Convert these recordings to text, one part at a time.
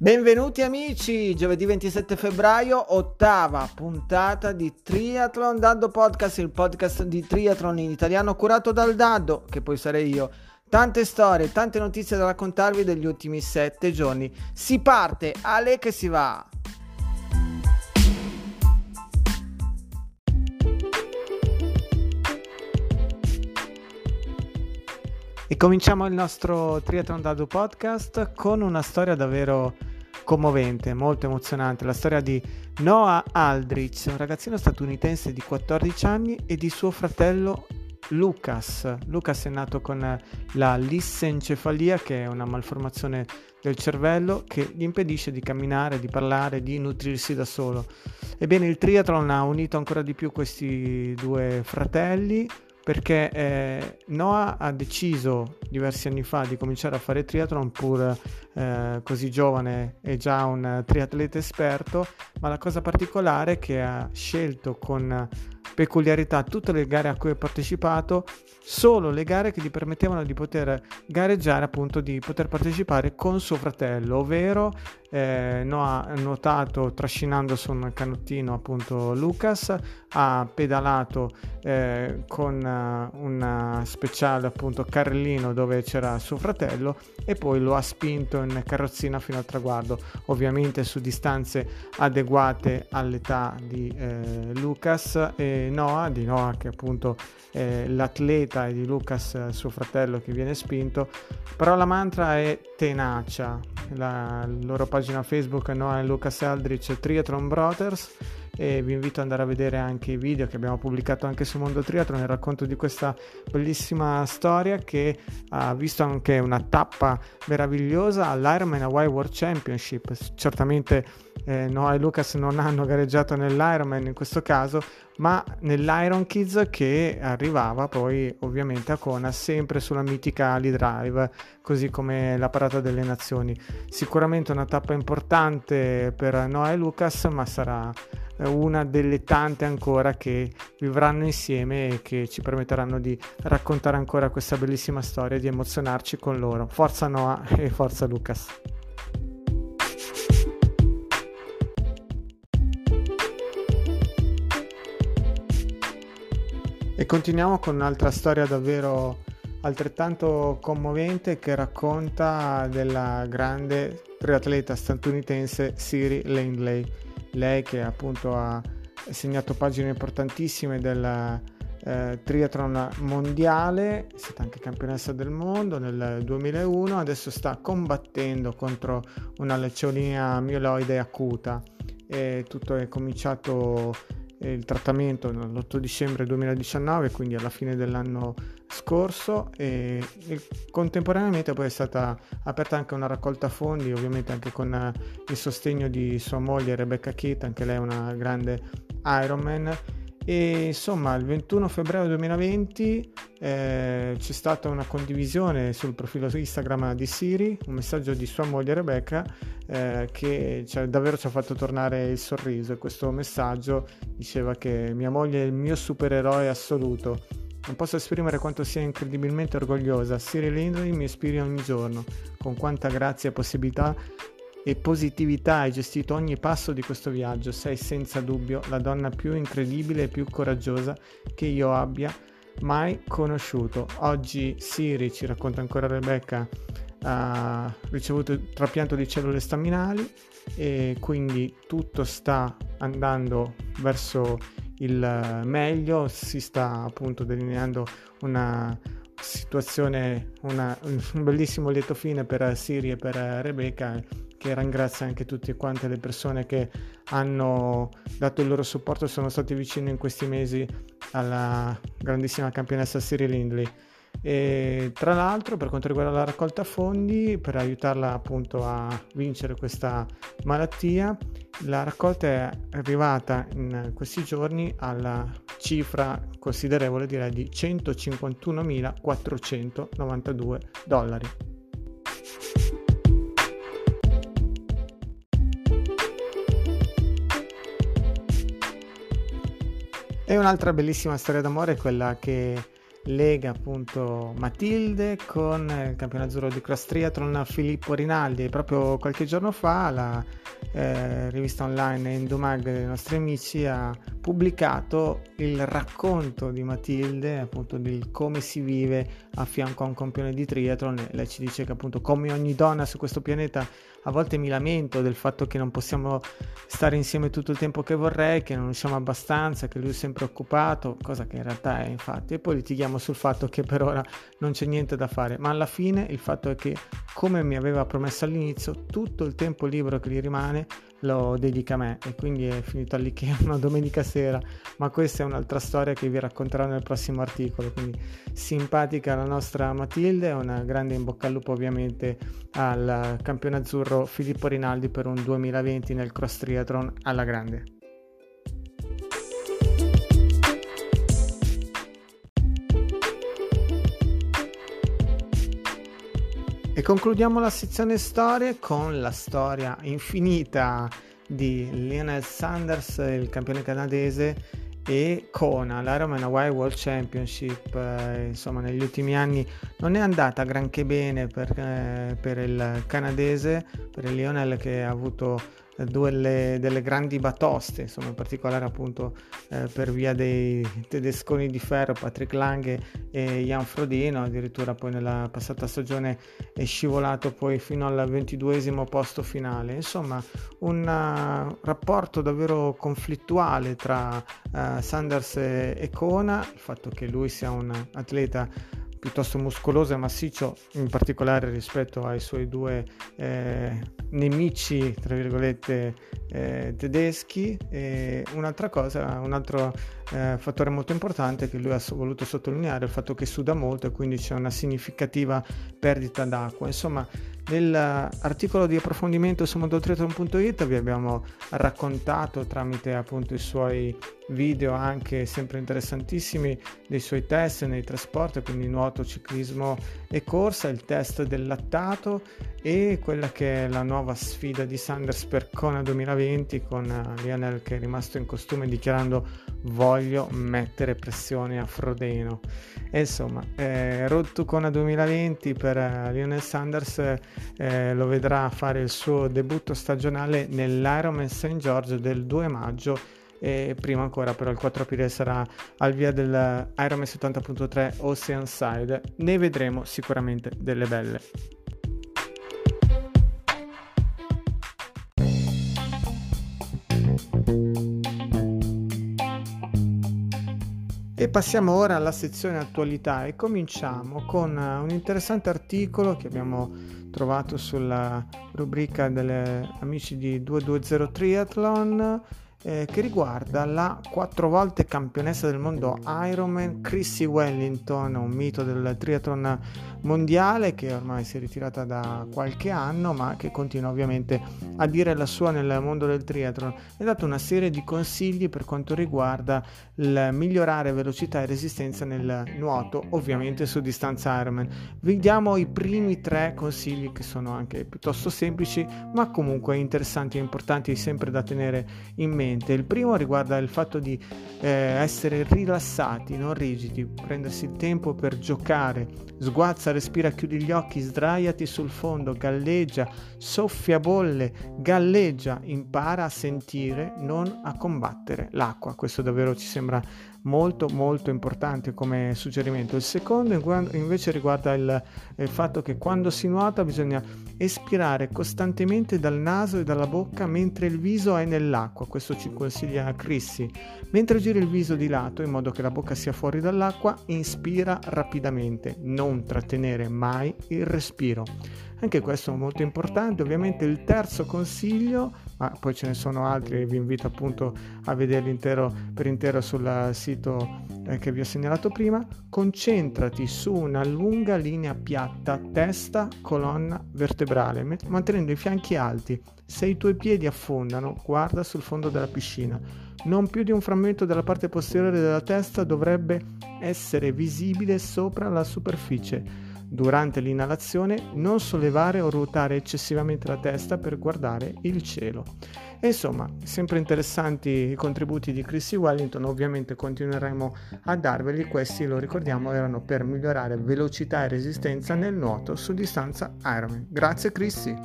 Benvenuti amici, giovedì 27 febbraio, ottava puntata di Triathlon Daddo Podcast, il podcast di triathlon in italiano curato dal Daddo, che poi sarei io. Tante storie, tante notizie da raccontarvi degli ultimi 7 giorni. Si parte, Ale che si va! E cominciamo il nostro Triathlon Daddo Podcast con una storia davvero commovente, molto emozionante, la storia di Noah Aldrich, un ragazzino statunitense di 14 anni, e di suo fratello Lucas. Lucas è nato con la lissencefalia, che è una malformazione del cervello che gli impedisce di camminare, di parlare, di nutrirsi da solo. Ebbene, il triathlon ha unito ancora di più questi due fratelli, perché Noah ha deciso diversi anni fa di cominciare a fare triathlon, pur così giovane e già un triatleta esperto, ma la cosa particolare è che ha scelto con peculiarità tutte le gare a cui ha partecipato, solo le gare che gli permettevano di poter gareggiare, appunto di poter partecipare con suo fratello, ovvero Noah ha nuotato trascinando su un canottino appunto Lucas, ha pedalato con un speciale appunto carrellino dove c'era suo fratello, e poi lo ha spinto in carrozzina fino al traguardo, ovviamente su distanze adeguate all'età di Lucas e Noah, di Noah che appunto è l'atleta, e di Lucas suo fratello che viene spinto. Però la mantra è tenacia. La loro pagina Facebook è Noah e Lucas Aldrich Triathlon Brothers, e vi invito ad andare a vedere anche i video che abbiamo pubblicato anche su Mondo Triathlon, il racconto di questa bellissima storia che ha visto anche una tappa meravigliosa all'Ironman Hawaii World Championship. Certamente Noah e Lucas non hanno gareggiato nell'Ironman in questo caso, ma nell'Iron Kids, che arrivava poi ovviamente a Kona, sempre sulla mitica Ali Drive, così come la Parata delle Nazioni. Sicuramente una tappa importante per Noah e Lucas, ma sarà una delle tante ancora che vivranno insieme e che ci permetteranno di raccontare ancora questa bellissima storia e di emozionarci con loro. Forza Noah e forza Lucas! E continuiamo con un'altra storia davvero altrettanto commovente, che racconta della grande triatleta statunitense Siri Lindley. Lei che appunto ha segnato pagine importantissime del triathlon mondiale, è stata anche campionessa del mondo nel 2001, adesso sta combattendo contro una leucemia mieloide acuta, e tutto è cominciato il trattamento l'8 dicembre 2019, quindi alla fine dell'anno scorso, e contemporaneamente poi è stata aperta anche una raccolta fondi, ovviamente anche con il sostegno di sua moglie Rebecca Keat, anche lei è una grande Ironman. E insomma, il 21 febbraio 2020 c'è stata una condivisione sul profilo Instagram di Siri, un messaggio di sua moglie Rebecca che davvero ci ha fatto tornare il sorriso. E questo messaggio diceva che mia moglie è il mio supereroe assoluto, non posso esprimere quanto sia incredibilmente orgogliosa. Siri Lindley mi ispira ogni giorno, con quanta grazia e possibilità e positività hai gestito ogni passo di questo viaggio. Sei senza dubbio la donna più incredibile e più coraggiosa che io abbia mai conosciuto. Oggi Siri, ci racconta ancora Rebecca, ha ricevuto il trapianto di cellule staminali, e quindi tutto sta andando verso il meglio. Si sta appunto delineando una situazione, un bellissimo lieto fine per Siri e per Rebecca, che ringrazia anche tutte quante le persone che hanno dato il loro supporto e sono stati vicini in questi mesi alla grandissima campionessa Siri Lindley. E tra l'altro, per quanto riguarda la raccolta fondi per aiutarla appunto a vincere questa malattia, la raccolta è arrivata in questi giorni alla cifra considerevole, direi, di $151.492. E un'altra bellissima storia d'amore è quella che lega appunto Matilde con il campione azzurro di cross triathlon Filippo Rinaldi. E proprio qualche giorno fa la rivista online Indomag dei nostri amici ha pubblicato il racconto di Matilde, appunto di come si vive a fianco a un campione di triathlon. Lei ci dice che appunto, come ogni donna su questo pianeta, a volte mi lamento del fatto che non possiamo stare insieme tutto il tempo che vorrei, che non usciamo abbastanza, che lui è sempre occupato, cosa che in realtà è, infatti, e poi litighiamo sul fatto che per ora non c'è niente da fare, ma alla fine il fatto è che, come mi aveva promesso all'inizio, tutto il tempo libero che gli rimane lo dedica a me, e quindi è finito all'Ikea una domenica sera. Ma questa è un'altra storia che vi racconterò nel prossimo articolo. Quindi simpatica la nostra Matilde, una grande in bocca al lupo ovviamente al campione azzurro Filippo Rinaldi per un 2020 nel cross triathlon alla grande. E concludiamo la sezione storie con la storia infinita di Lionel Sanders, il campione canadese, e Kona, l'Ironman Hawaii World Championship. Insomma, negli ultimi anni non è andata granché bene per il canadese, per il Lionel, che ha avuto delle grandi batoste, insomma, in particolare appunto per via dei tedesconi di ferro Patrick Lange e Jan Frodeno. Addirittura poi nella passata stagione è scivolato poi fino al 22esimo posto finale. Insomma, un rapporto davvero conflittuale tra Sanders e Kona. Il fatto che lui sia un atleta piuttosto muscoloso e massiccio, in particolare rispetto ai suoi due nemici, tra virgolette, tedeschi. E un altro fattore molto importante che lui ha voluto sottolineare è il fatto che suda molto e quindi c'è una significativa perdita d'acqua. Insomma, nell'articolo di approfondimento su mondotriathlon.it vi abbiamo raccontato, tramite appunto i suoi video anche sempre interessantissimi, dei suoi test nei tre sport, quindi nuoto, ciclismo e corsa, il test del lattato e quella che è la nuova sfida di Sanders per Kona 2020, con Lionel che è rimasto in costume dichiarando: voglio mettere pressione a Frodeno. E insomma, Road to Kona 2020 per Lionel Sanders lo vedrà fare il suo debutto stagionale nell'Ironman St. George del 2 maggio. E prima ancora però il 4 aprile sarà al via del Ironman 70.3 Oceanside. Ne vedremo sicuramente delle belle. E passiamo ora alla sezione attualità e cominciamo con un interessante articolo che abbiamo trovato sulla rubrica degli amici di 220 Triathlon, che riguarda la 4 volte campionessa del mondo Ironman Chrissie Wellington, un mito del triathlon mondiale che ormai si è ritirata da qualche anno, ma che continua ovviamente a dire la sua nel mondo del triathlon. Ha dato una serie di consigli per quanto riguarda il migliorare velocità e resistenza nel nuoto, ovviamente su distanza Ironman. Vediamo i primi 3 consigli, che sono anche piuttosto semplici ma comunque interessanti e importanti, sempre da tenere in mente. Il primo riguarda il fatto di essere rilassati, non rigidi, prendersi il tempo per giocare. Sguazza, respira, chiudi gli occhi, sdraiati sul fondo, galleggia, soffia bolle, galleggia, impara a sentire, non a combattere l'acqua. Questo davvero ci sembra molto molto importante come suggerimento. Il secondo invece riguarda il fatto che quando si nuota bisogna espirare costantemente dal naso e dalla bocca mentre il viso è nell'acqua. Questo ci consiglia Chrissie. Mentre giri il viso di lato in modo che la bocca sia fuori dall'acqua, inspira rapidamente, non trattenere mai il respiro. Anche questo è molto importante. Ovviamente il terzo consiglio, ma poi ce ne sono altri e vi invito appunto a vederli per intero sul sito che vi ho segnalato prima: concentrati su una lunga linea piatta, testa, colonna vertebrale, mantenendo i fianchi alti. Se i tuoi piedi affondano, guarda sul fondo della piscina. Non più di un frammento della parte posteriore della testa dovrebbe essere visibile sopra la superficie. Durante l'inalazione non sollevare o ruotare eccessivamente la testa per guardare il cielo. E insomma, sempre interessanti i contributi di Chrissy Wellington, ovviamente continueremo a darveli. Questi, lo ricordiamo, erano per migliorare velocità e resistenza nel nuoto su distanza Ironman. Grazie Chrissy!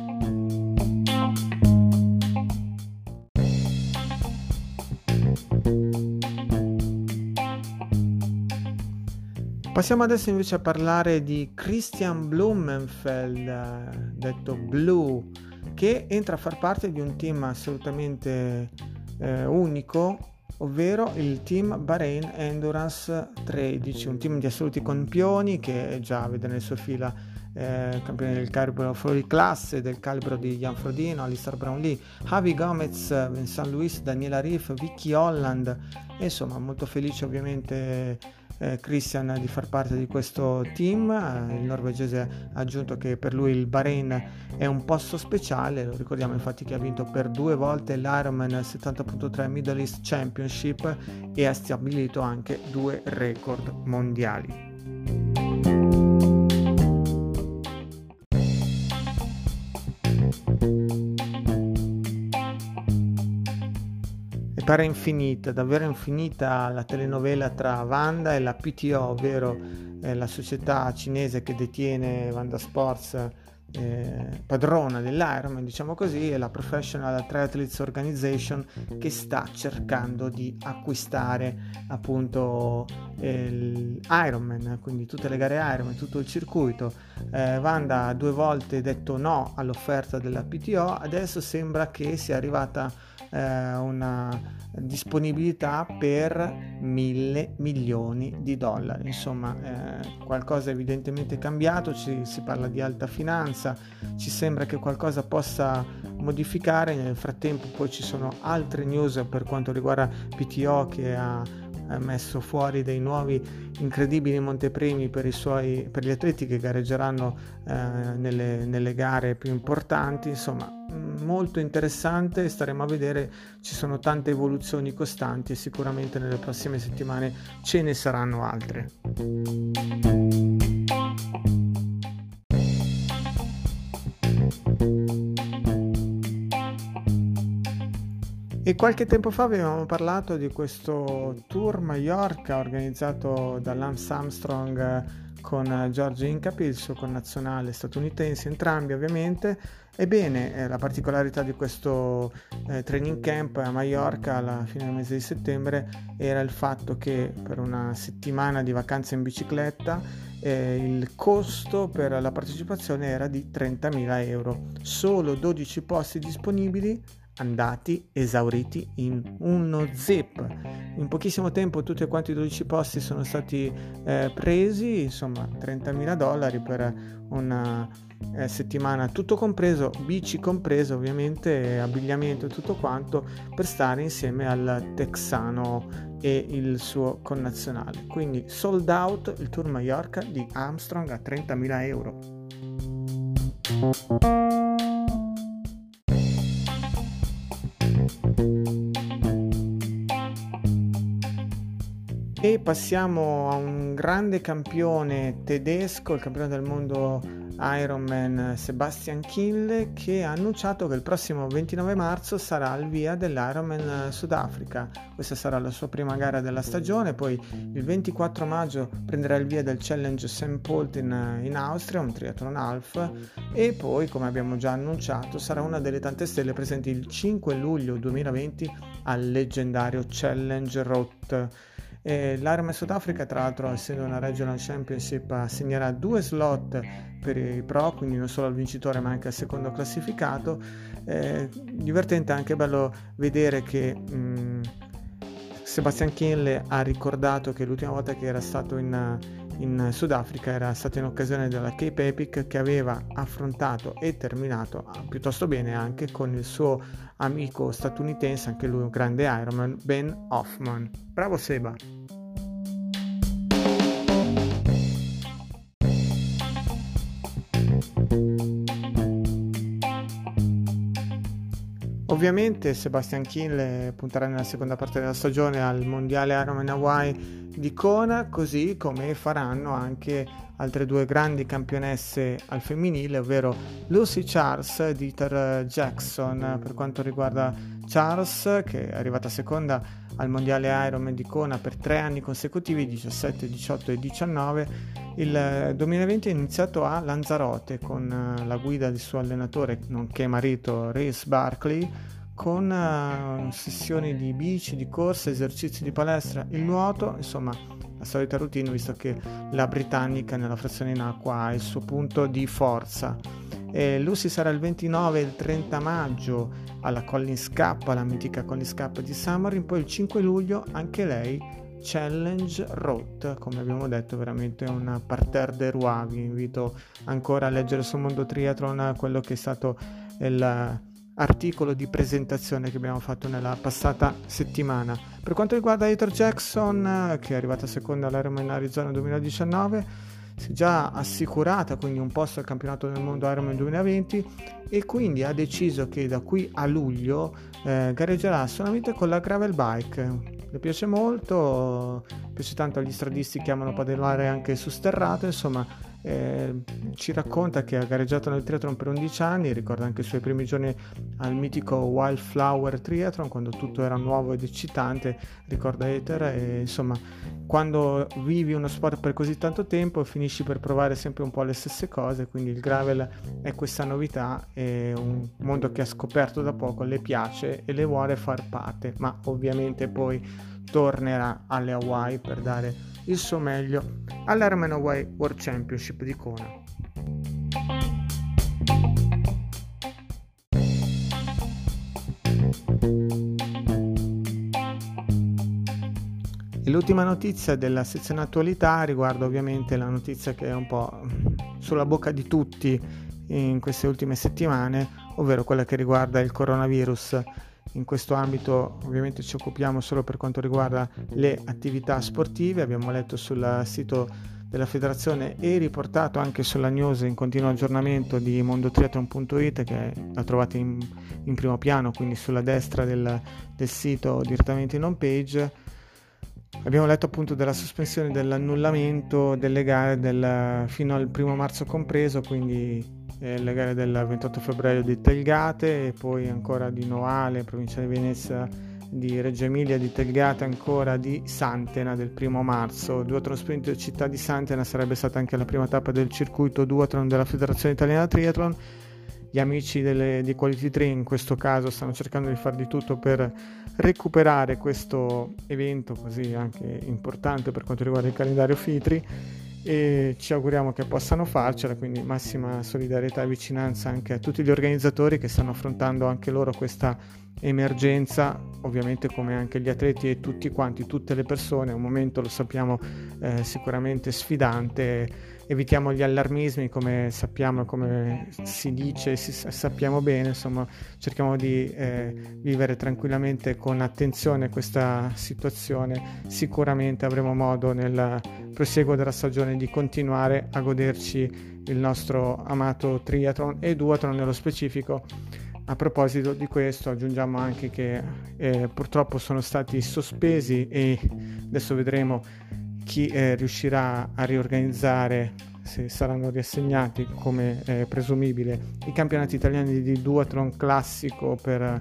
Passiamo adesso invece a parlare di Christian Blumenfeld, detto Blue, che entra a far parte di un team assolutamente unico, ovvero il team Bahrain Endurance 13, un team di assoluti campioni che già vede nelle sue fila campioni del calibro fuori classe, del calibro di Jan Frodeno, Alistair Brownlee, Javi Gomez, Vincent Luis, Daniela Riff, Vicky Holland. E insomma, molto felice ovviamente Christian di far parte di questo team. Il norvegese ha aggiunto che per lui il Bahrain è un posto speciale, lo ricordiamo infatti che ha vinto per 2 volte l'Ironman 70.3 Middle East Championship e ha stabilito anche 2 record mondiali. Pare infinita, davvero infinita, la telenovela tra Wanda e la PTO, ovvero la società cinese che detiene Wanda Sports, padrona dell'Ironman, diciamo così, e la Professional Triathletes Organization, che sta cercando di acquistare appunto l'Ironman, quindi tutte le gare Ironman, tutto il circuito. Wanda ha 2 volte detto no all'offerta della PTO, adesso sembra che sia arrivata una disponibilità per $1.000 milioni. Insomma, qualcosa evidentemente è cambiato, si parla di alta finanza, ci sembra che qualcosa possa modificare. Nel frattempo poi ci sono altre news per quanto riguarda PTO, che ha messo fuori dei nuovi incredibili montepremi per gli atleti che gareggeranno nelle gare più importanti. Insomma, molto interessante, staremo a vedere, ci sono tante evoluzioni costanti e sicuramente nelle prossime settimane ce ne saranno altre. E qualche tempo fa avevamo parlato di questo Tour Mallorca organizzato da Lance Armstrong con George Hincapie, il suo connazionale statunitense, entrambi ovviamente. Ebbene, la particolarità di questo training camp a Mallorca alla fine del mese di settembre era il fatto che per una settimana di vacanze in bicicletta il costo per la partecipazione era di 30.000 euro, solo 12 posti disponibili, andati esauriti in uno zip. In pochissimo tempo tutti quanti i 12 posti sono stati presi, insomma $30.000 per una settimana, tutto compreso, bici compreso ovviamente, abbigliamento e tutto quanto, per stare insieme al texano e il suo connazionale. Quindi sold out il Tour Mallorca di Armstrong a 30.000 euro. E passiamo a un grande campione tedesco, il campione del mondo Ironman Sebastian Kienle, che ha annunciato che il prossimo 29 marzo sarà al via dell'Ironman Sudafrica. Questa sarà la sua prima gara della stagione, poi il 24 maggio prenderà il via del Challenge St. Pölten in Austria, un triathlon half, e poi, come abbiamo già annunciato, sarà una delle tante stelle presenti il 5 luglio 2020 al leggendario Challenge Roth. L'Ironman Sudafrica, tra l'altro, essendo una Regional Championship, assegnerà 2 slot per i pro, quindi non solo al vincitore ma anche al secondo classificato. Divertente, anche bello vedere che Sebastian Kienle ha ricordato che l'ultima volta che era stato in Sudafrica era stato in occasione della Cape Epic, che aveva affrontato e terminato piuttosto bene anche con il suo amico statunitense, anche lui un grande Ironman, Ben Hoffman. Bravo Seba! Ovviamente Sebastian Kienle punterà nella seconda parte della stagione al mondiale Ironman Hawaii di Kona, così come faranno anche altre due grandi campionesse al femminile, ovvero Lucy Charles e Dieter Jackson. Per quanto riguarda Charles, che è arrivata seconda al mondiale Ironman di Kona per 3 anni consecutivi, 17, 18 e 19, il 2020 è iniziato a Lanzarote con la guida del suo allenatore nonché marito Rhys Barkley, con sessioni di bici, di corsa, esercizi di palestra, il nuoto, insomma la solita routine, visto che la britannica nella frazione in acqua ha il suo punto di forza. Lucy sarà il 29 e il 30 maggio alla Collins Cup, alla mitica Collins Cup di Summerlin, poi il 5 luglio anche lei Challenge Roth, come abbiamo detto, veramente un parterre de roi. Vi invito ancora a leggere sul Mondo Triathlon quello che è stato l'articolo di presentazione che abbiamo fatto nella passata settimana. Per quanto riguarda Dieter Jackson, che è arrivata seconda all'Ironman Arizona 2019, si è già assicurata quindi un posto al campionato del mondo Ironman 2020 e quindi ha deciso che da qui a luglio gareggerà solamente con la gravel bike. Le piace molto, piace tanto agli stradisti che amano pedalare anche su sterrato, insomma ci racconta che ha gareggiato nel triathlon per 11 anni, ricorda anche i suoi primi giorni al mitico Wildflower Triathlon quando tutto era nuovo ed eccitante, ricorda Ether, e insomma quando vivi uno sport per così tanto tempo finisci per provare sempre un po' le stesse cose, quindi il gravel è questa novità, è un mondo che ha scoperto da poco, le piace e le vuole far parte, ma ovviamente poi tornerà alle Hawaii per dare il suo meglio all'Ironman Hawaii World Championship di Kona. E l'ultima notizia della sezione attualità riguarda ovviamente la notizia che è un po' sulla bocca di tutti in queste ultime settimane, ovvero quella che riguarda il coronavirus. In questo ambito ovviamente ci occupiamo solo per quanto riguarda le attività sportive. Abbiamo letto sul sito della federazione e riportato anche sulla news in continuo aggiornamento di mondotriathlon.it, che la trovate in primo piano, quindi sulla destra del sito direttamente in home page. Abbiamo letto appunto della sospensione dell'annullamento delle gare fino al 1 marzo compreso, quindi le gare del 28 febbraio di Telgate e poi ancora di Noale, provincia di Venezia, di Reggio Emilia, di Telgate, ancora di Santena del 1 marzo. Duathlon Sprint Città di Santena sarebbe stata anche la prima tappa del circuito duathlon della Federazione Italiana Triathlon. Gli amici di Quality Train in questo caso stanno cercando di fare di tutto per recuperare questo evento così anche importante per quanto riguarda il calendario FITRI, e ci auguriamo che possano farcela, quindi massima solidarietà e vicinanza anche a tutti gli organizzatori che stanno affrontando anche loro questa emergenza, ovviamente come anche gli atleti e tutti quanti, tutte le persone. È un momento, lo sappiamo, sicuramente sfidante. Evitiamo gli allarmismi, come sappiamo, come si dice, sappiamo bene, insomma cerchiamo di vivere tranquillamente con attenzione questa situazione. Sicuramente avremo modo nel proseguo della stagione di continuare a goderci il nostro amato triathlon e duathlon nello specifico. A proposito di questo aggiungiamo anche che purtroppo sono stati sospesi, e adesso vedremo chi riuscirà a riorganizzare, se saranno riassegnati come presumibile, i campionati italiani di duathlon classico per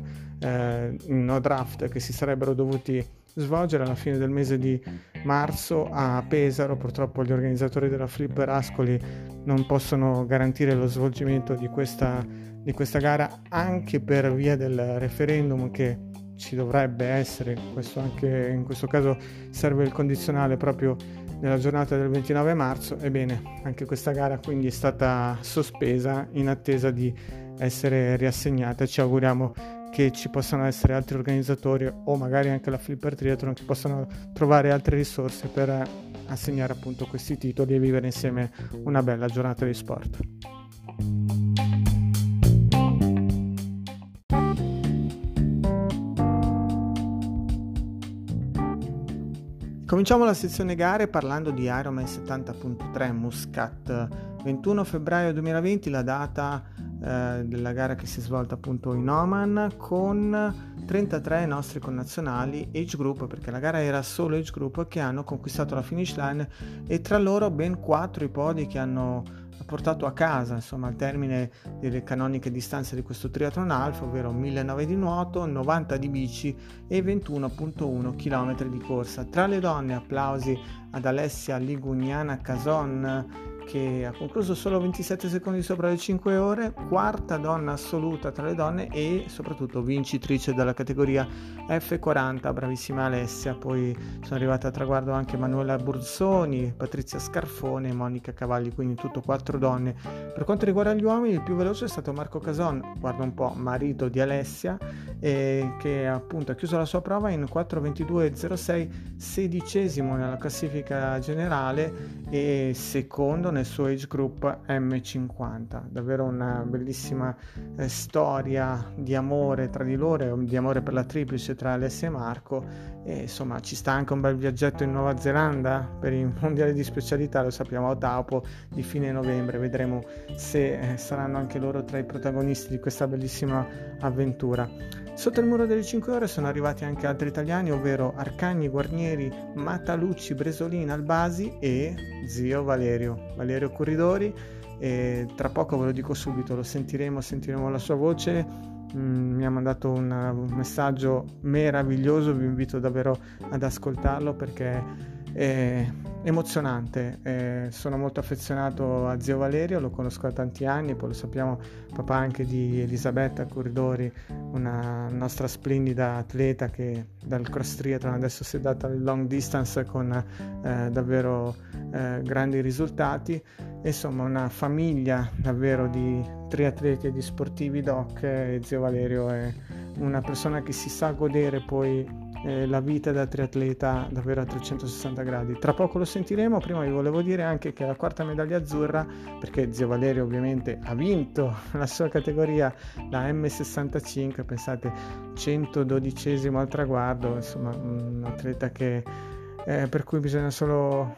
no draft che si sarebbero dovuti svolgere alla fine del mese di marzo a Pesaro. Purtroppo gli organizzatori della Flipper Ascoli non possono garantire lo svolgimento di questa gara, anche per via del referendum che ci dovrebbe essere. Questo anche in questo caso serve il condizionale proprio nella giornata del 29 marzo. Ebbene, anche questa gara quindi è stata sospesa in attesa di essere riassegnata. Ci auguriamo che ci possano essere altri organizzatori o magari anche la Flipper Triathlon che possano trovare altre risorse per assegnare appunto questi titoli e vivere insieme una bella giornata di sport. Cominciamo la sezione gare parlando di Ironman 70.3 Muscat. 21 febbraio 2020 la data della gara che si è svolta appunto in Oman, con 33 nostri connazionali age group, perché la gara era solo age group, che hanno conquistato la finish line, e tra loro ben 4 i podi che hanno portato a casa, insomma, al termine delle canoniche distanze di questo triathlon alfa, ovvero 1900 di nuoto, 90 di bici e 21,1 km di corsa. Tra le donne applausi ad Alessia Ligugnana Cason, che ha concluso solo 27 secondi sopra le 5 ore, quarta donna assoluta tra le donne e soprattutto vincitrice della categoria F40, bravissima Alessia. Poi sono arrivate a traguardo anche Manuela Burzoni, Patrizia Scarfone e Monica Cavalli, quindi in tutto 4 donne. Per quanto riguarda gli uomini, il più veloce è stato Marco Cason, guarda un po', marito di Alessia, che appunto ha chiuso la sua prova in 4:22,06, sedicesimo nella classifica generale e secondo nel suo age group M50. Davvero una bellissima storia di amore tra di loro, di amore per la triplice tra Alessia e Marco. E insomma ci sta anche un bel viaggetto in Nuova Zelanda per i mondiali di specialità, lo sappiamo, a Taupo di fine novembre. Vedremo se saranno anche loro tra i protagonisti di questa bellissima avventura. Sotto il muro delle 5 ore sono arrivati anche altri italiani, ovvero Arcagni, Guarnieri, Matalucci, Bresolin, Albasi e zio Valerio Corridori. E tra poco, ve lo dico subito, lo sentiremo la sua voce. Mi ha mandato un messaggio meraviglioso, vi invito davvero ad ascoltarlo perché è emozionante. Sono molto affezionato a zio Valerio, lo conosco da tanti anni, poi lo sappiamo, papà anche di Elisabetta Corridori, una nostra splendida atleta che dal cross triathlon adesso si è data al long distance con davvero grandi risultati. Insomma, una famiglia davvero di triatleti e di sportivi doc, e zio Valerio è una persona che si sa godere poi la vita da triatleta davvero a 360 gradi. Tra poco lo sentiremo. Prima vi volevo dire anche che la quarta medaglia azzurra, perché zio Valerio ovviamente ha vinto la sua categoria, la M65, pensate, 112esimo al traguardo, insomma un atleta che per cui bisogna solo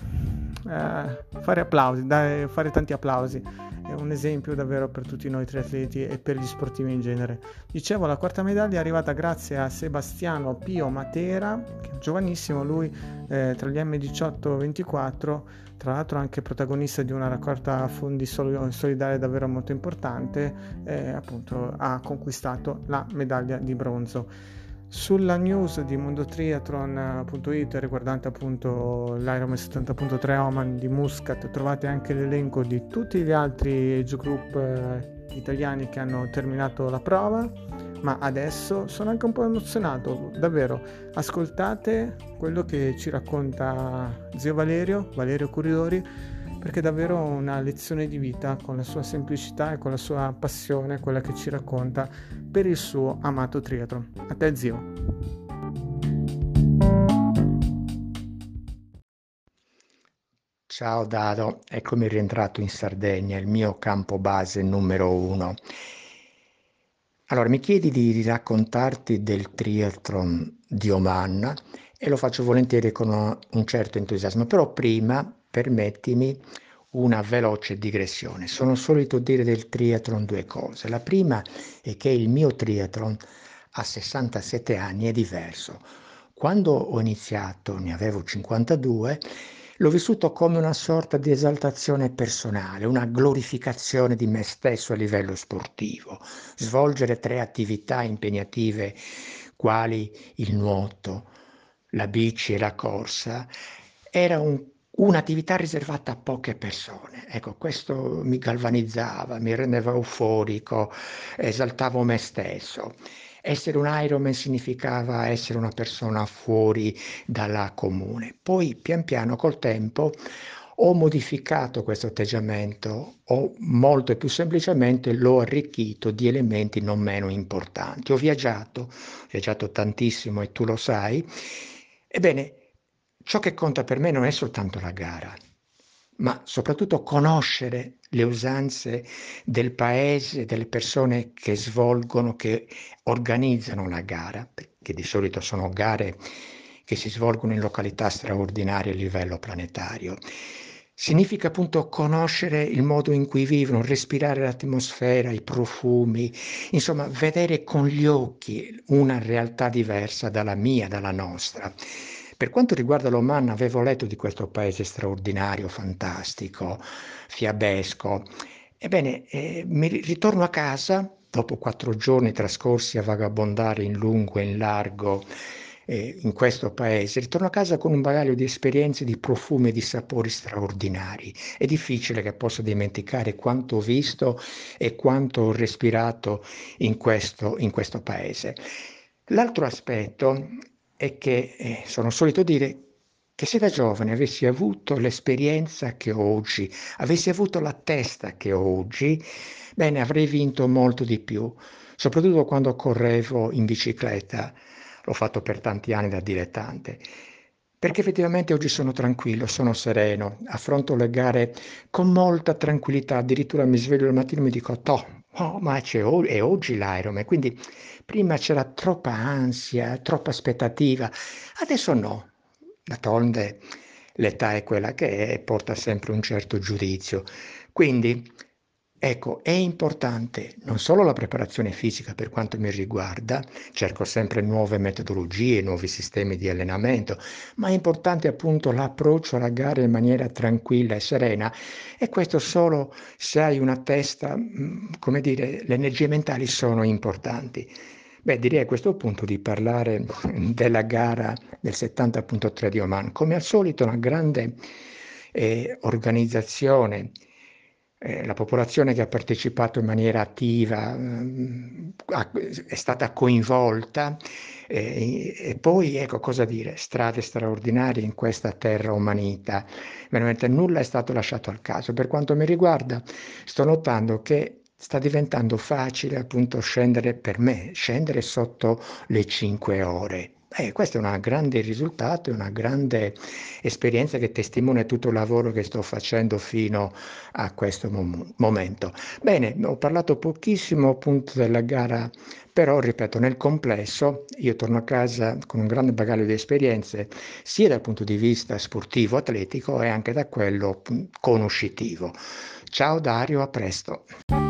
fare applausi, fare tanti applausi. È un esempio davvero per tutti noi triatleti e per gli sportivi in genere. Dicevo, la quarta medaglia è arrivata grazie a Sebastiano Pio Matera, che è giovanissimo lui, tra gli M18-24, tra l'altro anche protagonista di una raccolta fondi solidale davvero molto importante, appunto ha conquistato la medaglia di bronzo. Sulla news di mondotriathlon.it riguardante appunto l'Ironman 70.3 Oman di Muscat trovate anche l'elenco di tutti gli altri age group italiani che hanno terminato la prova. Ma adesso sono anche un po' emozionato, davvero. Ascoltate quello che ci racconta zio Valerio Corridori, perché è davvero una lezione di vita, con la sua semplicità e con la sua passione, quella che ci racconta per il suo amato triathlon. A te, zio. Ciao Dado, eccomi rientrato in Sardegna, il mio campo base numero 1. Allora, mi chiedi di raccontarti del triathlon di Oman e lo faccio volentieri con un certo entusiasmo, però prima permettimi una veloce digressione. Sono solito dire del triathlon due cose. La prima è che il mio triathlon a 67 anni è diverso. Quando ho iniziato, ne avevo 52, l'ho vissuto come una sorta di esaltazione personale, una glorificazione di me stesso a livello sportivo. Svolgere 3 attività impegnative quali il nuoto, la bici e la corsa era un'attività riservata a poche persone. Ecco, questo mi galvanizzava, mi rendeva euforico, esaltavo me stesso. Essere un Ironman significava essere una persona fuori dalla comune. Poi, pian piano, col tempo, ho modificato questo atteggiamento, o molto più semplicemente l'ho arricchito di elementi non meno importanti. Ho viaggiato tantissimo e tu lo sai. Ebbene, ciò che conta per me non è soltanto la gara, ma soprattutto conoscere le usanze del paese, delle persone che svolgono, che organizzano la gara, perché di solito sono gare che si svolgono in località straordinarie a livello planetario. significa appunto conoscere il modo in cui vivono, respirare l'atmosfera, i profumi, insomma vedere con gli occhi una realtà diversa dalla mia, dalla nostra. Per quanto riguarda l'Oman, avevo letto di questo paese straordinario, fantastico, fiabesco. Ebbene, ritorno a casa dopo 4 giorni trascorsi a vagabondare in lungo e in largo in questo paese, ritorno a casa con un bagaglio di esperienze, di profumi e di sapori straordinari. È difficile che possa dimenticare quanto ho visto e quanto ho respirato in questo paese. L'altro aspetto è che sono solito dire che se da giovane avessi avuto l'esperienza che ho oggi, avessi avuto la testa che ho oggi, bene, avrei vinto molto di più, soprattutto quando correvo in bicicletta. L'ho fatto per tanti anni da dilettante, perché effettivamente oggi sono tranquillo, sono sereno, affronto le gare con molta tranquillità, addirittura mi sveglio al mattino e mi dico, oh, ma è oggi l'Ironman, quindi prima c'era troppa ansia, troppa aspettativa, adesso no, d'altronde l'età è quella che è e porta sempre un certo giudizio. Quindi, ecco, è importante non solo la preparazione fisica per quanto mi riguarda, cerco sempre nuove metodologie, nuovi sistemi di allenamento, ma è importante appunto l'approccio alla gara in maniera tranquilla e serena, e questo solo se hai una testa, come dire, le energie mentali sono importanti. Beh, direi a questo punto di parlare della gara del 70.3 di Oman. Come al solito una grande organizzazione, la popolazione che ha partecipato in maniera attiva è stata coinvolta, e poi ecco cosa dire, strade straordinarie in questa terra omanita, veramente nulla è stato lasciato al caso. Per quanto mi riguarda, sto notando che sta diventando facile appunto scendere, per me, scendere sotto le 5 ore. Questo è un grande risultato, è una grande esperienza che testimonia tutto il lavoro che sto facendo fino a questo momento. Bene, ho parlato pochissimo appunto della gara, però ripeto, nel complesso io torno a casa con un grande bagaglio di esperienze, sia dal punto di vista sportivo, atletico e anche da quello conoscitivo. Ciao Dario, a presto.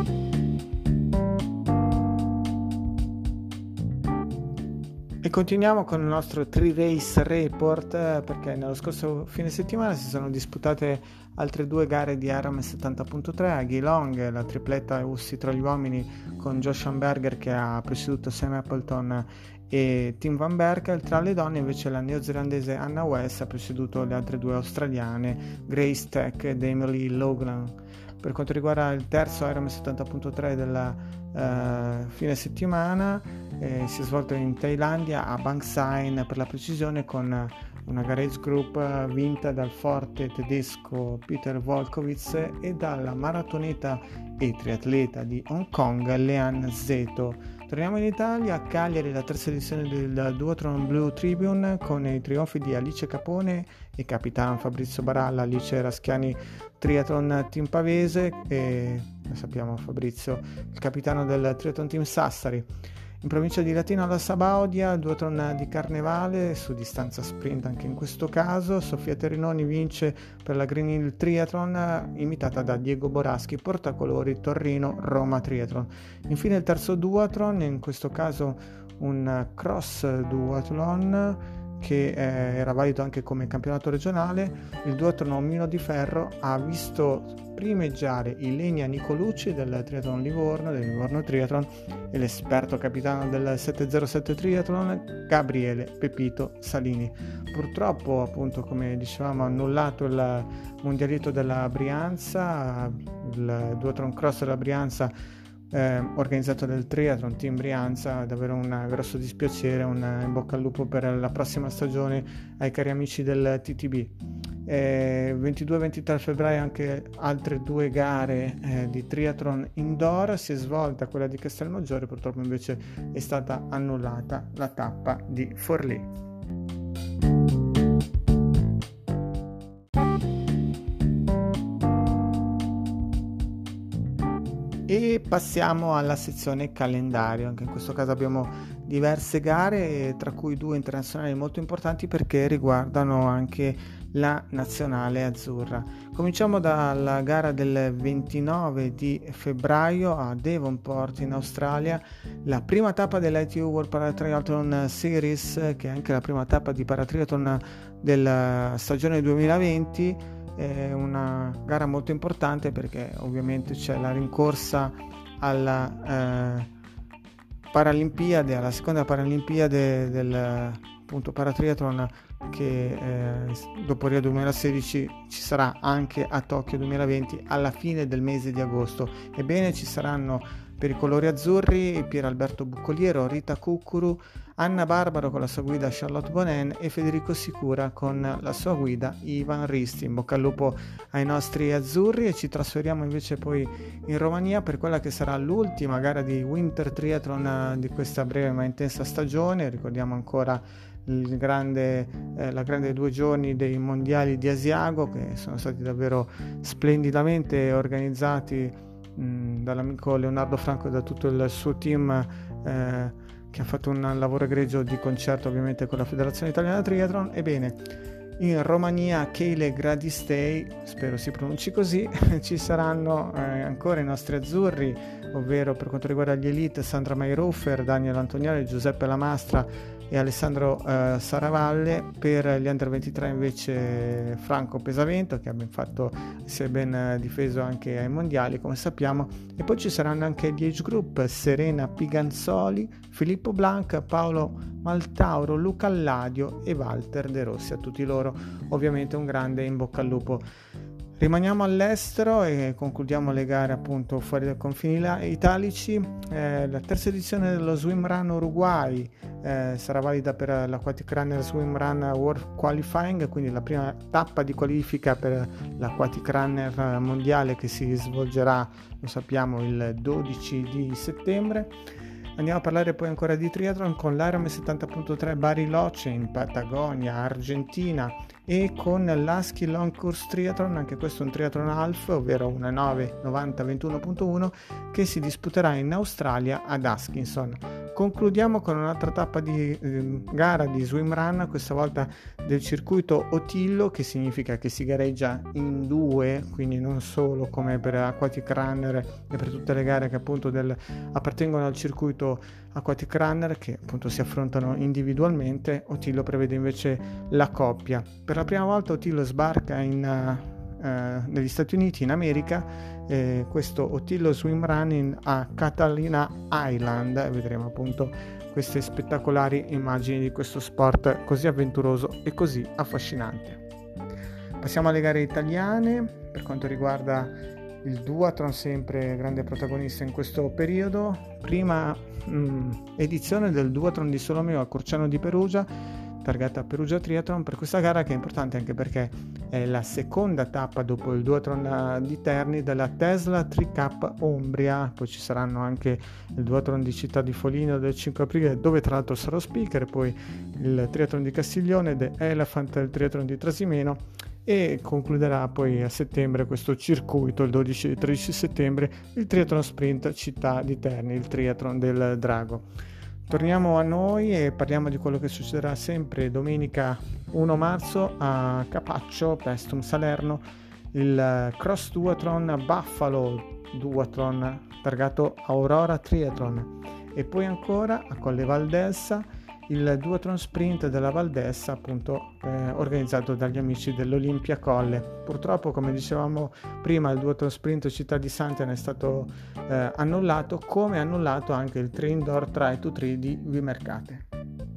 E continuiamo con il nostro Tri-Race Report, perché nello scorso fine settimana si sono disputate altre 2 gare di Ironman 70.3 a Geelong, la tripletta UCI tra gli uomini con Josh Amberger che ha preceduto Sam Appleton e Tim Van Berkel. Tra le donne invece la neozelandese Anna West ha preceduto le altre 2 australiane Grace Tech ed Emily Loughlin. Per quanto riguarda il terzo Ironman 70.3 della fine settimana, si è svolto in Thailandia a Bang Saen per la precisione, con una garage group vinta dal forte tedesco Peter Volkowitz e dalla maratoneta e triatleta di Hong Kong Leanne Zeto. Torniamo in Italia, a Cagliari, la terza edizione del Duathlon Blue Tribune con i trionfi di Alice Capone e capitano Fabrizio Baralla. Alice Raschiani Triathlon Team Pavese e sappiamo Fabrizio il capitano del Triathlon Team Sassari. In provincia di Latina alla Sabaudia, Duathlon di Carnevale su distanza sprint anche in questo caso. Sofia Terrinoni vince per la Green Hill Triathlon, imitata da Diego Boraschi, portacolori Torino Roma Triathlon. Infine il terzo duathlon, in questo caso un cross duathlon che era valido anche come campionato regionale. Il duathlon Omino di Ferro ha visto primeggiare Ilenia Nicolucci del Triathlon Livorno, del Livorno Triathlon, e l'esperto capitano del 707 Triathlon Gabriele Pepito Salini. Purtroppo, appunto, come dicevamo, annullato il mondialetto della Brianza, il duathlon cross della Brianza organizzato dal Triathlon Team Brianza. Davvero un grosso dispiacere, un in bocca al lupo per la prossima stagione ai cari amici del TTB. 22-23 febbraio anche altre 2 gare di triathlon indoor. Si è svolta quella di Castelmaggiore, purtroppo invece è stata annullata la tappa di Forlì. E passiamo alla sezione calendario. Anche in questo caso abbiamo diverse gare, tra cui 2 internazionali molto importanti perché riguardano anche la nazionale azzurra. Cominciamo dalla gara del 29 di febbraio a Devonport in Australia, la prima tappa dell'ITU World Paratriathlon Series, che è anche la prima tappa di paratriathlon della stagione 2020. È una gara molto importante perché ovviamente c'è la rincorsa alla Paralimpiade, alla seconda Paralimpiade del appunto paratriathlon, che dopo Rio 2016 ci sarà anche a Tokyo 2020 alla fine del mese di agosto. Ebbene, ci saranno per i colori azzurri Pier Alberto Buccoliero, Rita Cuccuru, Anna Barbaro con la sua guida Charlotte Bonin e Federico Sicura con la sua guida Ivan Risti. In bocca al lupo ai nostri azzurri, e ci trasferiamo invece poi in Romania per quella che sarà l'ultima gara di Winter Triathlon di questa breve ma intensa stagione. Ricordiamo ancora la grande 2 giorni dei mondiali di Asiago, che sono stati davvero splendidamente organizzati dall'amico Leonardo Franco e da tutto il suo team, che ha fatto un lavoro egregio di concerto ovviamente con la Federazione Italiana Triathlon. Ebbene, in Romania Keile Gradistei, spero si pronunci così, ci saranno ancora i nostri azzurri, ovvero per quanto riguarda gli elite Sandra Mayrofer, Daniel Antonioli, Giuseppe Lamastra e Alessandro Saravalle. Per gli under 23 invece Franco Pesavento, che si è ben difeso anche ai mondiali come sappiamo, e poi ci saranno anche gli age group Serena Piganzoli, Filippo Blanc, Paolo Maltauro, Luca Alladio e Walter De Rossi. A tutti loro ovviamente un grande in bocca al lupo. Rimaniamo all'estero e concludiamo le gare appunto fuori dai confini italici. La terza edizione dello Swim Run Uruguay sarà valida per l'Aquatic Runner Swim Run World Qualifying, quindi la prima tappa di qualifica per l'Aquatic Runner mondiale, che si svolgerà, lo sappiamo, il 12 di settembre. Andiamo a parlare poi ancora di triathlon con l'Ironman 70.3 Bariloche in Patagonia, Argentina, e con l'Husky Long Course Triathlon, anche questo un triathlon half, ovvero una 9:90-21.1, che si disputerà in Australia ad Atkinson. Concludiamo con un'altra tappa di gara di swim run, questa volta del circuito Otillo, che significa che si gareggia in due, quindi non solo come per Aquatic Runner e per tutte le gare che appunto appartengono al circuito Aquatic Runner, che appunto si affrontano individualmente. Otillo prevede invece la coppia. Per la prima volta Otillo sbarca negli Stati Uniti, in America, questo Otillo Swim Running a Catalina Island, e vedremo appunto queste spettacolari immagini di questo sport così avventuroso e così affascinante. Passiamo alle gare italiane. Per quanto riguarda il duathlon, sempre grande protagonista in questo periodo, prima edizione del duathlon di Solomeo a Corciano di Perugia, targata Perugia Triathlon, per questa gara che è importante anche perché è la seconda tappa dopo il duathlon di Terni della Tesla Tri-Cup Umbria. Poi ci saranno anche il duathlon di Città di Foligno del 5 aprile, dove tra l'altro sarò speaker, poi il triathlon di Castiglione, The Elephant, il triathlon di Trasimeno, e concluderà poi a settembre questo circuito, il 12 e 13 settembre, il triathlon sprint Città di Terni, il triathlon del Drago. Torniamo a noi e parliamo di quello che succederà sempre domenica 1 marzo a Capaccio, Pestum Salerno, il Cross Duathlon Buffalo Duathlon targato Aurora Triathlon, e poi ancora a Colle Valdelsa il duathlon sprint della Valdessa, appunto organizzato dagli amici dell'Olimpia Colle. Purtroppo, come dicevamo prima, il duathlon sprint Città di Sant'Anna è stato annullato, come annullato anche il 3 Indoor Try to 3 di Vimercate.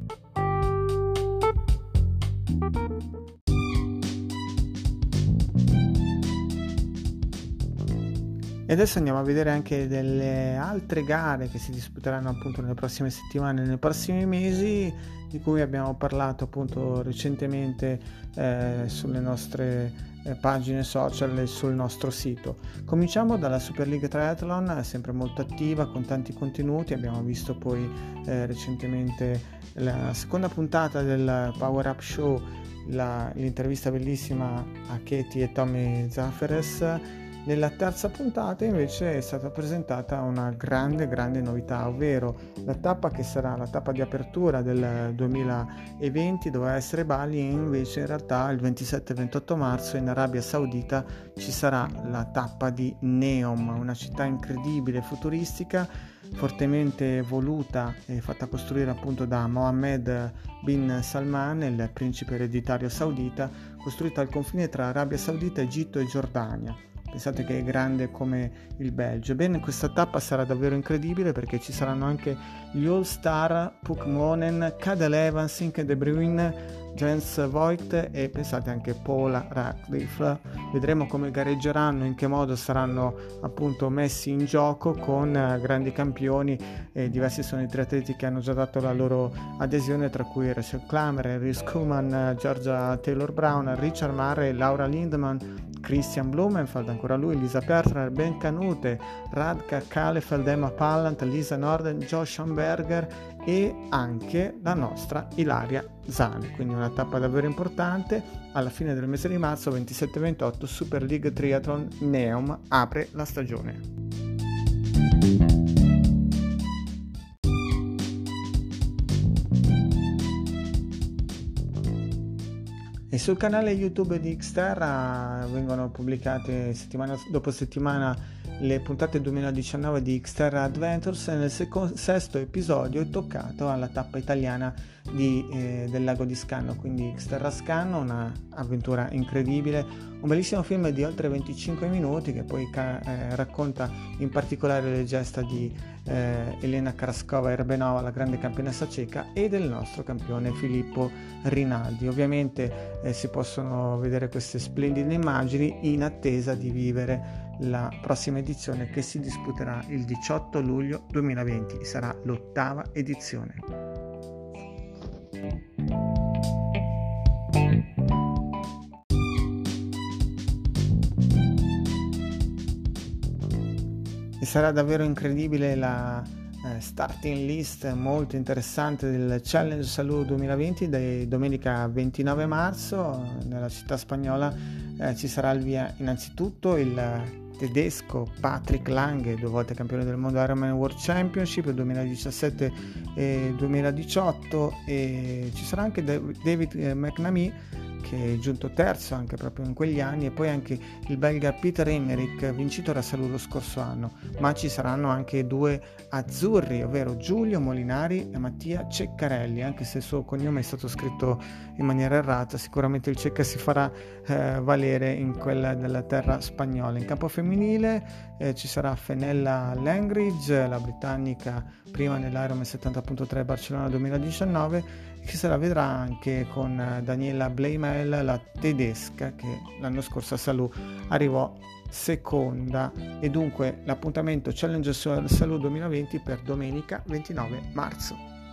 E adesso andiamo a vedere anche delle altre gare che si disputeranno appunto nelle prossime settimane, nei prossimi mesi, di cui abbiamo parlato appunto recentemente sulle nostre pagine social e sul nostro sito. Cominciamo dalla Super League Triathlon, sempre molto attiva con tanti contenuti. Abbiamo visto poi recentemente la seconda puntata del Power Up Show, l'intervista bellissima a Katie e Tommy Zaferes, Nella terza puntata invece è stata presentata una grande novità, ovvero la tappa che sarà la tappa di apertura del 2020 doveva essere Bali, e invece in realtà il 27-28 marzo in Arabia Saudita ci sarà la tappa di Neom, una città incredibile, futuristica, fortemente voluta e fatta costruire appunto da Mohammed bin Salman, il principe ereditario saudita, costruita al confine tra Arabia Saudita, Egitto e Giordania. Pensate che è grande come il Belgio. Bene, questa tappa sarà davvero incredibile perché ci saranno anche gli All-Star, Puck Monen, Cadel Evans, Inke De Bruyne, Jens Voigt e pensate anche Paula Radcliffe. Vedremo come gareggeranno, in che modo saranno appunto messi in gioco con grandi campioni, e diversi sono i triatleti che hanno già dato la loro adesione, tra cui Rachel Klammer, Henry Schumann, Georgia Taylor Brown, Richard Murray, Laura Lindman, Christian Blumenfeld, ancora lui, Lisa Pertner, Ben Canute, Radka Kalefeld, Emma Pallant, Lisa Norden, Josh Hamberger e anche la nostra Ilaria Zani. Quindi una tappa davvero importante. Alla fine del mese di marzo, 27-28, Super League Triathlon Neom apre la stagione. E sul canale YouTube di Xterra vengono pubblicate settimana dopo settimana le puntate 2019 di Xterra Adventures, e nel sesto episodio è toccato alla tappa italiana del lago di Scanno, quindi Xterra Scanno, una avventura incredibile, un bellissimo film di oltre 25 minuti che poi racconta in particolare le gesta di Elena Kraskova-Erbenova, la grande campionessa ceca, e del nostro campione Filippo Rinaldi. Ovviamente si possono vedere queste splendide immagini in attesa di vivere la prossima edizione che si disputerà il 18 luglio 2020, sarà l'8ª edizione. E sarà davvero incredibile la starting list molto interessante del Challenge Salud 2020 domenica 29 marzo nella città spagnola. Ci sarà al via innanzitutto il tedesco Patrick Lange, 2 volte campione del mondo Ironman World Championship 2017 e 2018, e ci sarà anche David McNamee, che è giunto terzo anche proprio in quegli anni, e poi anche il belga Peter Emmerich, vincitore a Salù lo scorso anno. Ma ci saranno anche 2 azzurri, ovvero Giulio Molinari e Mattia Ceccarelli, anche se il suo cognome è stato scritto in maniera errata. Sicuramente il Cecca si farà valere in quella della terra spagnola. In campo femminile ci sarà Fenella Langridge, la britannica prima nell'Ironman 70.3 Barcellona 2019, che se la vedrà anche con Daniela Bleimel, la tedesca, che l'anno scorso a Salù arrivò seconda. E dunque l'appuntamento Challenge Salud 2020 per domenica 29 marzo.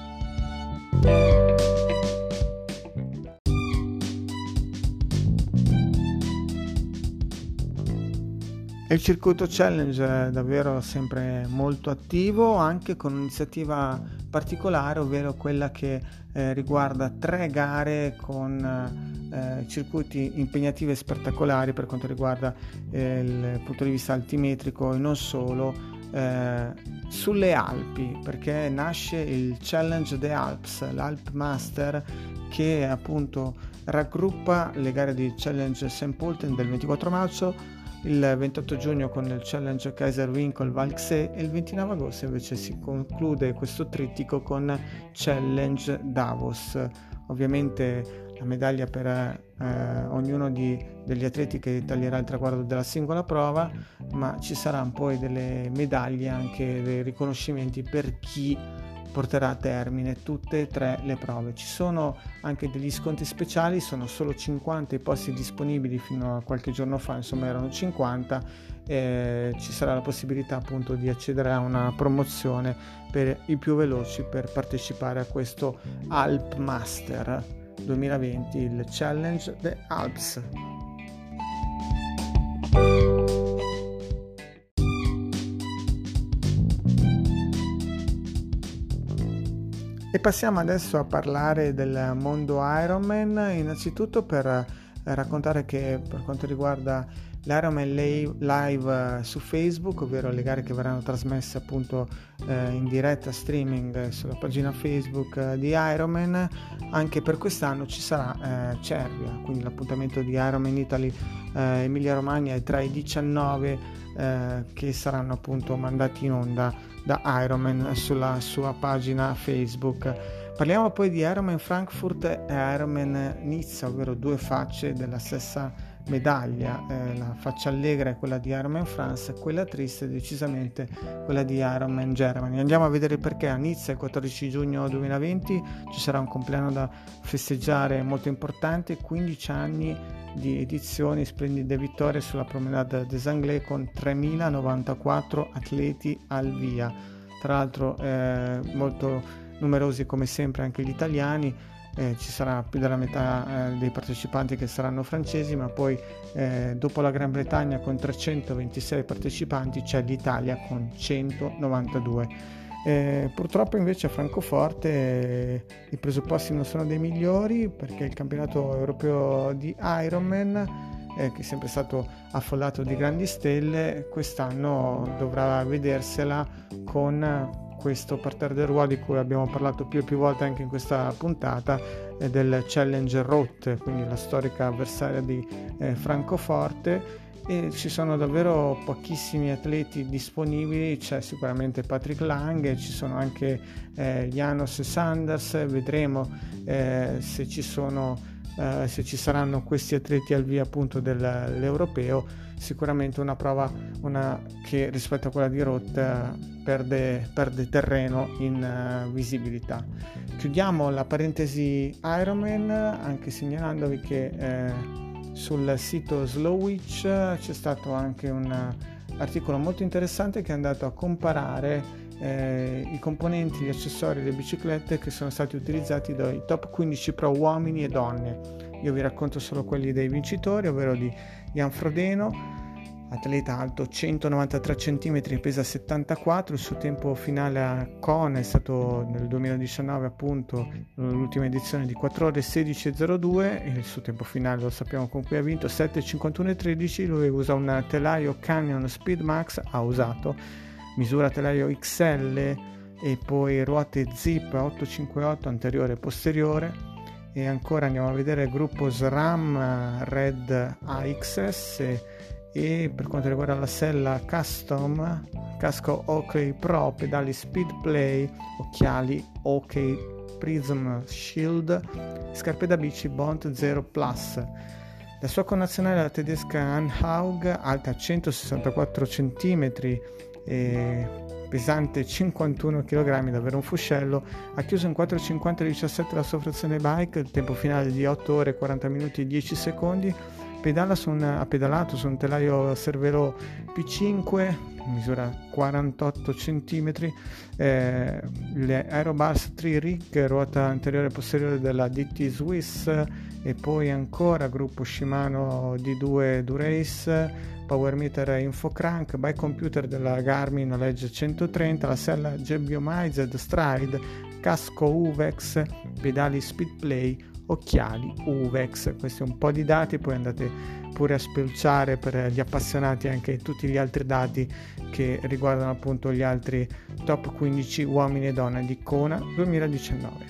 Il circuito challenge è davvero sempre molto attivo, anche con un'iniziativa particolare, ovvero quella che riguarda 3 gare con circuiti impegnativi e spettacolari per quanto riguarda il punto di vista altimetrico e non solo, sulle Alpi, perché nasce il Challenge des Alpes, l'Alp Master, che appunto raggruppa le gare di Challenge St. Pölten del 24 marzo, il 28 giugno con il Challenge Kaiserwinkel Val Xé, e il 29 agosto invece si conclude questo trittico con Challenge Davos. Ovviamente la medaglia per ognuno degli atleti che taglierà il traguardo della singola prova, ma ci saranno poi delle medaglie, anche dei riconoscimenti per chi porterà a termine tutte e 3 le prove. Ci sono anche degli sconti speciali, sono solo 50 i posti disponibili, fino a qualche giorno fa insomma erano 50, ci sarà la possibilità appunto di accedere a una promozione per i più veloci per partecipare a questo Alp Master 2020, il Challenge des Alps. E passiamo adesso a parlare del mondo Ironman, innanzitutto per raccontare che per quanto riguarda l'Ironman Live su Facebook, ovvero le gare che verranno trasmesse appunto in diretta streaming sulla pagina Facebook di Ironman. Anche per quest'anno ci sarà Cervia, quindi l'appuntamento di Ironman Italy Emilia Romagna è tra i 19 che saranno appunto mandati in onda da Ironman sulla sua pagina Facebook. Parliamo poi di Ironman Frankfurt e Ironman Nizza, ovvero due facce della stessa medaglia. La faccia allegra è quella di Ironman France, quella triste è decisamente quella di Ironman Germany. Andiamo a vedere perché. A Nizza il 14 giugno 2020 ci sarà un compleanno da festeggiare molto importante, 15 anni di edizioni, splendide vittorie sulla Promenade des Anglais con 3094 atleti al via. Tra l'altro molto numerosi come sempre anche gli italiani, ci sarà più della metà dei partecipanti che saranno francesi, ma poi dopo la Gran Bretagna con 326 partecipanti c'è l'Italia con 192. Purtroppo invece a Francoforte i presupposti non sono dei migliori, perché il campionato europeo di Ironman, che è sempre stato affollato di grandi stelle, quest'anno dovrà vedersela con questo parterre del Roi di cui abbiamo parlato più e più volte anche in questa puntata, del Challenger Roth, quindi la storica avversaria di Francoforte, e ci sono davvero pochissimi atleti disponibili. C'è sicuramente Patrick Lange, ci sono anche Janos e Sanders, vedremo se ci saranno questi atleti al via appunto dell'europeo. Sicuramente una prova che rispetto a quella di Roth perde terreno in visibilità. Chiudiamo la parentesi Ironman anche segnalandovi che sul sito Slowitch c'è stato anche un articolo molto interessante che è andato a comparare i componenti, gli accessori delle biciclette che sono stati utilizzati dai top 15 pro uomini e donne. Io vi racconto solo quelli dei vincitori, ovvero di Jan Frodeno, atleta alto 193 cm, pesa 74, il suo tempo finale a Kona è stato nel 2019 appunto l'ultima edizione di 4 ore 16:02, e il suo tempo finale lo sappiamo con cui ha vinto 7:51:13. Lui usa un telaio Canyon Speed Max, ha usato misura telaio XL e poi ruote Zip 858 anteriore e posteriore. E ancora andiamo a vedere il gruppo SRAM Red AXS, e per quanto riguarda la sella Custom, casco Oakley Pro, pedali Speed Play, occhiali Oakley Prism Shield, scarpe da bici Bond Zero Plus. La sua connazionale è la tedesca Anne Haug, alta 164 cm e pesante 51 kg, davvero un fuscello. Ha chiuso in 4:50:17 la sua frazione bike, il tempo finale di 8 ore 40 minuti e 10 secondi. Ha pedalato su un telaio Cervelo P5, misura 48 cm, le Aerobars 3 Rig, ruota anteriore e posteriore della DT Swiss, e poi ancora gruppo Shimano D2 Durace, power meter Infocrank, bike computer della Garmin Legge 130, la sella Gebiomized Stride, casco Uvex, pedali Speedplay, occhiali Uvex. Questi un po' di dati, poi andate pure a spulciare per gli appassionati anche tutti gli altri dati che riguardano appunto gli altri top 15 uomini e donne di Kona 2019.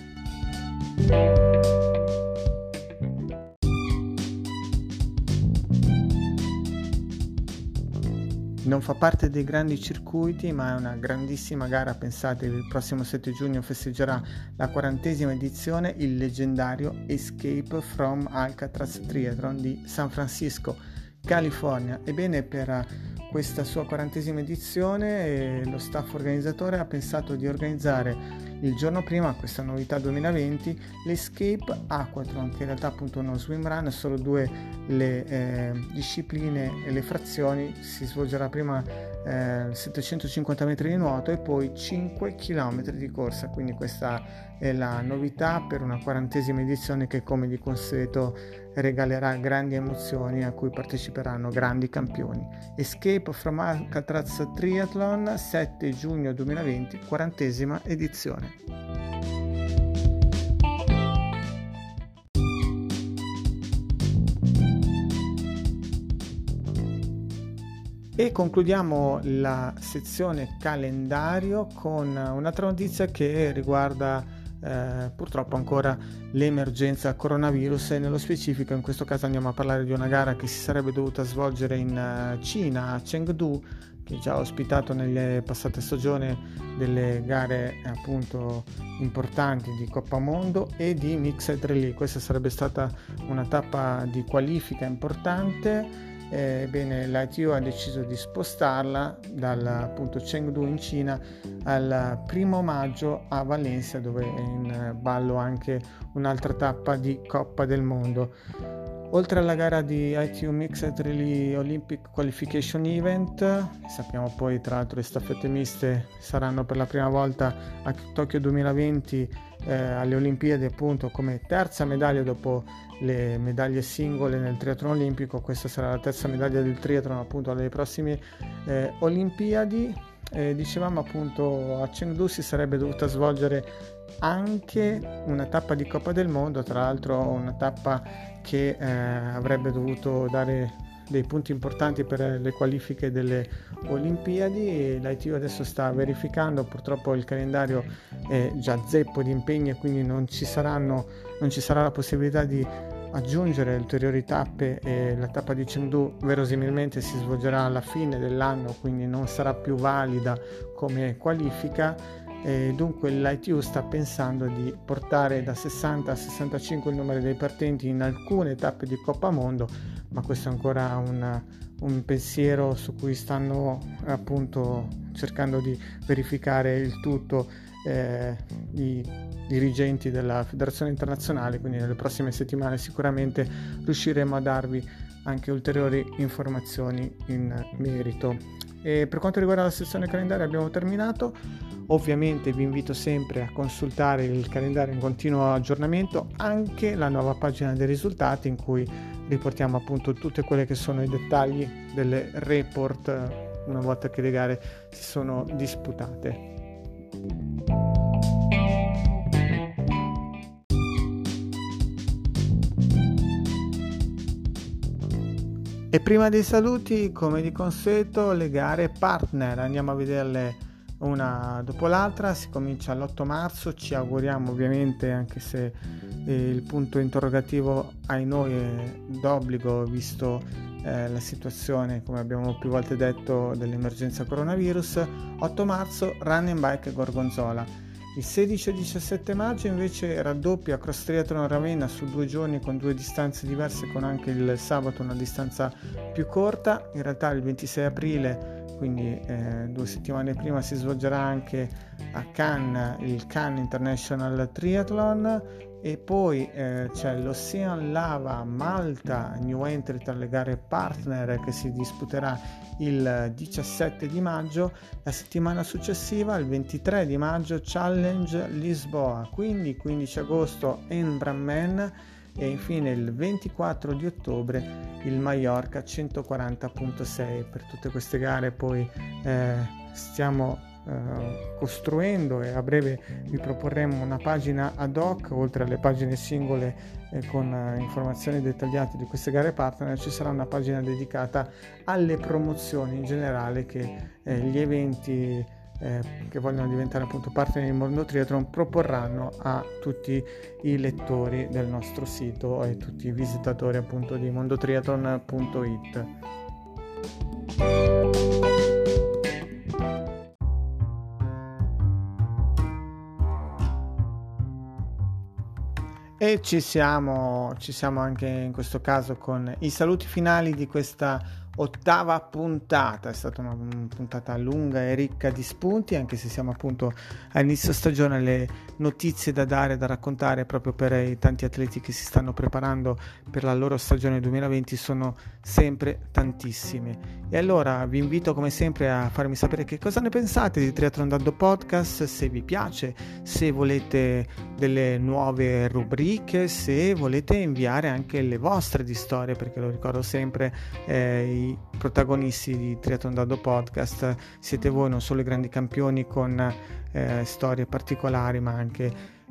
Non fa parte dei grandi circuiti, ma è una grandissima gara. Pensate, il prossimo 7 giugno festeggerà la 40esima edizione il leggendario Escape from Alcatraz Triathlon di San Francisco, California. Ebbene, per questa sua 40esima edizione lo staff organizzatore ha pensato di organizzare il giorno prima, questa novità 2020, l'Escape Aquathlon, che in realtà appunto uno swim run, solo due le discipline e le frazioni. Si svolgerà prima 750 metri di nuoto e poi 5 km di corsa, quindi questa è la novità per una 40esima edizione che, come di consueto, regalerà grandi emozioni a cui parteciperanno grandi campioni. Escape from Alcatraz Triathlon, 7 giugno 2020, 40esima edizione. E concludiamo la sezione calendario con un'altra notizia che riguarda purtroppo ancora l'emergenza coronavirus, e nello specifico in questo caso andiamo a parlare di una gara che si sarebbe dovuta svolgere in Cina, a Chengdu, che già ha ospitato nelle passate stagioni delle gare appunto importanti di Coppa Mondo e di Mixed Relay. Questa sarebbe stata una tappa di qualifica importante. Bene, l'ITU ha deciso di spostarla dal appunto Chengdu in Cina al 1 maggio a Valencia, dove è in ballo anche un'altra tappa di Coppa del Mondo. Oltre alla gara di ITU Mixed Relay Olympic Qualification Event, sappiamo poi tra l'altro le staffette miste saranno per la prima volta a Tokyo 2020 alle Olimpiadi, appunto come terza medaglia dopo le medaglie singole nel triathlon olimpico. Questa sarà la terza medaglia del triathlon appunto alle prossime Olimpiadi. Dicevamo appunto a Chengdu si sarebbe dovuta svolgere anche una tappa di Coppa del Mondo, tra l'altro una tappa che avrebbe dovuto dare dei punti importanti per le qualifiche delle Olimpiadi, e l'ITU adesso sta verificando. Purtroppo il calendario è già zeppo di impegni e quindi non ci sarà la possibilità di aggiungere ulteriori tappe, e la tappa di Chengdu verosimilmente si svolgerà alla fine dell'anno, quindi non sarà più valida come qualifica. E dunque l'ITU sta pensando di portare da 60 a 65 il numero dei partenti in alcune tappe di Coppa Mondo, ma questo è ancora un pensiero su cui stanno appunto cercando di verificare il tutto i dirigenti della federazione internazionale, quindi nelle prossime settimane sicuramente riusciremo a darvi anche ulteriori informazioni in merito. E per quanto riguarda la sezione calendario abbiamo terminato. Ovviamente vi invito sempre a consultare il calendario in continuo aggiornamento, anche la nuova pagina dei risultati in cui riportiamo appunto tutti quelli che sono i dettagli delle report una volta che le gare si sono disputate. E prima dei saluti, come di consueto, le gare partner, andiamo a vederle una dopo l'altra. Si comincia l'8 marzo, ci auguriamo ovviamente, anche se il punto interrogativo ai noi è d'obbligo visto la situazione, come abbiamo più volte detto, dell'emergenza coronavirus. 8 marzo Run and Bike Gorgonzola. Il 16 e 17 maggio invece raddoppia Cross Triathlon Ravenna su 2 giorni con 2 distanze diverse, con anche il sabato una distanza più corta. In realtà il 26 aprile, quindi 2 settimane prima, si svolgerà anche a Cannes il Cannes International Triathlon, e poi c'è l'Ocean Lava Malta New Entry tra le gare partner che si disputerà il 17 di maggio. La settimana successiva, il 23 di maggio, Challenge Lisboa, quindi 15 agosto Embramen, e infine il 24 di ottobre il Mallorca 140.6. Per tutte queste gare poi stiamo costruendo, e a breve vi proporremo una pagina ad hoc. Oltre alle pagine singole con informazioni dettagliate di queste gare partner, ci sarà una pagina dedicata alle promozioni in generale che gli eventi che vogliono diventare appunto partner del Mondo Triathlon proporranno a tutti i lettori del nostro sito e tutti i visitatori appunto di mondotriathlon.it. E ci siamo anche in questo caso con i saluti finali di questa ottava puntata. È stata una puntata lunga e ricca di spunti, anche se siamo appunto a inizio stagione. Le notizie da dare, da raccontare proprio per i tanti atleti che si stanno preparando per la loro stagione 2020 sono sempre tantissime. E allora vi invito come sempre a farmi sapere che cosa ne pensate di Triathlon Daddo Podcast, se vi piace, se volete delle nuove rubriche, se volete inviare anche le vostre di storie, perché lo ricordo sempre, i protagonisti di Triathlon Daddo Podcast siete voi, non solo i grandi campioni con storie particolari, ma anche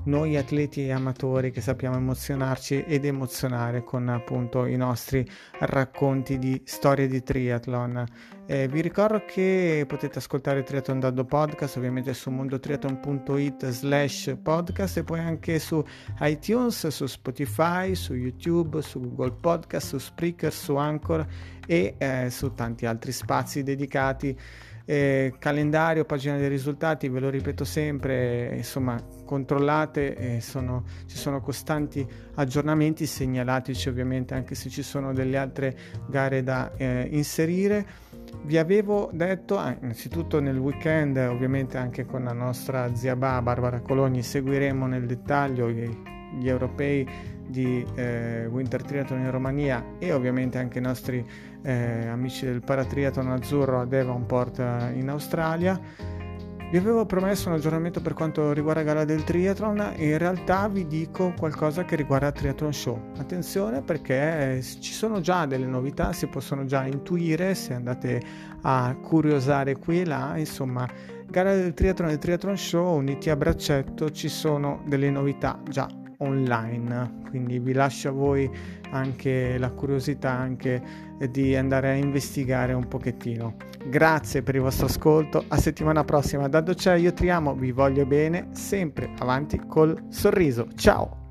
noi atleti e amatori che sappiamo emozionarci ed emozionare con appunto i nostri racconti di storie di triathlon. Vi ricordo che potete ascoltare Triathlon Daddo Podcast ovviamente su mondotriathlon.it/podcast e poi anche su iTunes, su Spotify, su YouTube, su Google Podcast, su Spreaker, su Anchor e su tanti altri spazi dedicati. Calendario, pagina dei risultati, ve lo ripeto sempre, insomma controllate, ci sono costanti aggiornamenti, segnalateci ovviamente anche se ci sono delle altre gare da inserire. Vi avevo detto innanzitutto nel weekend, ovviamente anche con la nostra zia Barbara Cologni, seguiremo nel dettaglio gli europei di Winter Triathlon in Romania e ovviamente anche i nostri amici del Paratriathlon Azzurro a Devonport in Australia. Vi avevo promesso un aggiornamento per quanto riguarda la gara del triathlon e in realtà vi dico qualcosa che riguarda il Triathlon Show. Attenzione perché ci sono già delle novità, si possono già intuire se andate a curiosare qui e là, insomma, gara del triathlon e il Triathlon Show uniti a braccetto, ci sono delle novità già online, quindi vi lascio a voi anche la curiosità anche di andare a investigare un pochettino. Grazie per il vostro ascolto, a settimana prossima. Da Docea io ti amo, vi voglio bene, sempre avanti col sorriso. Ciao!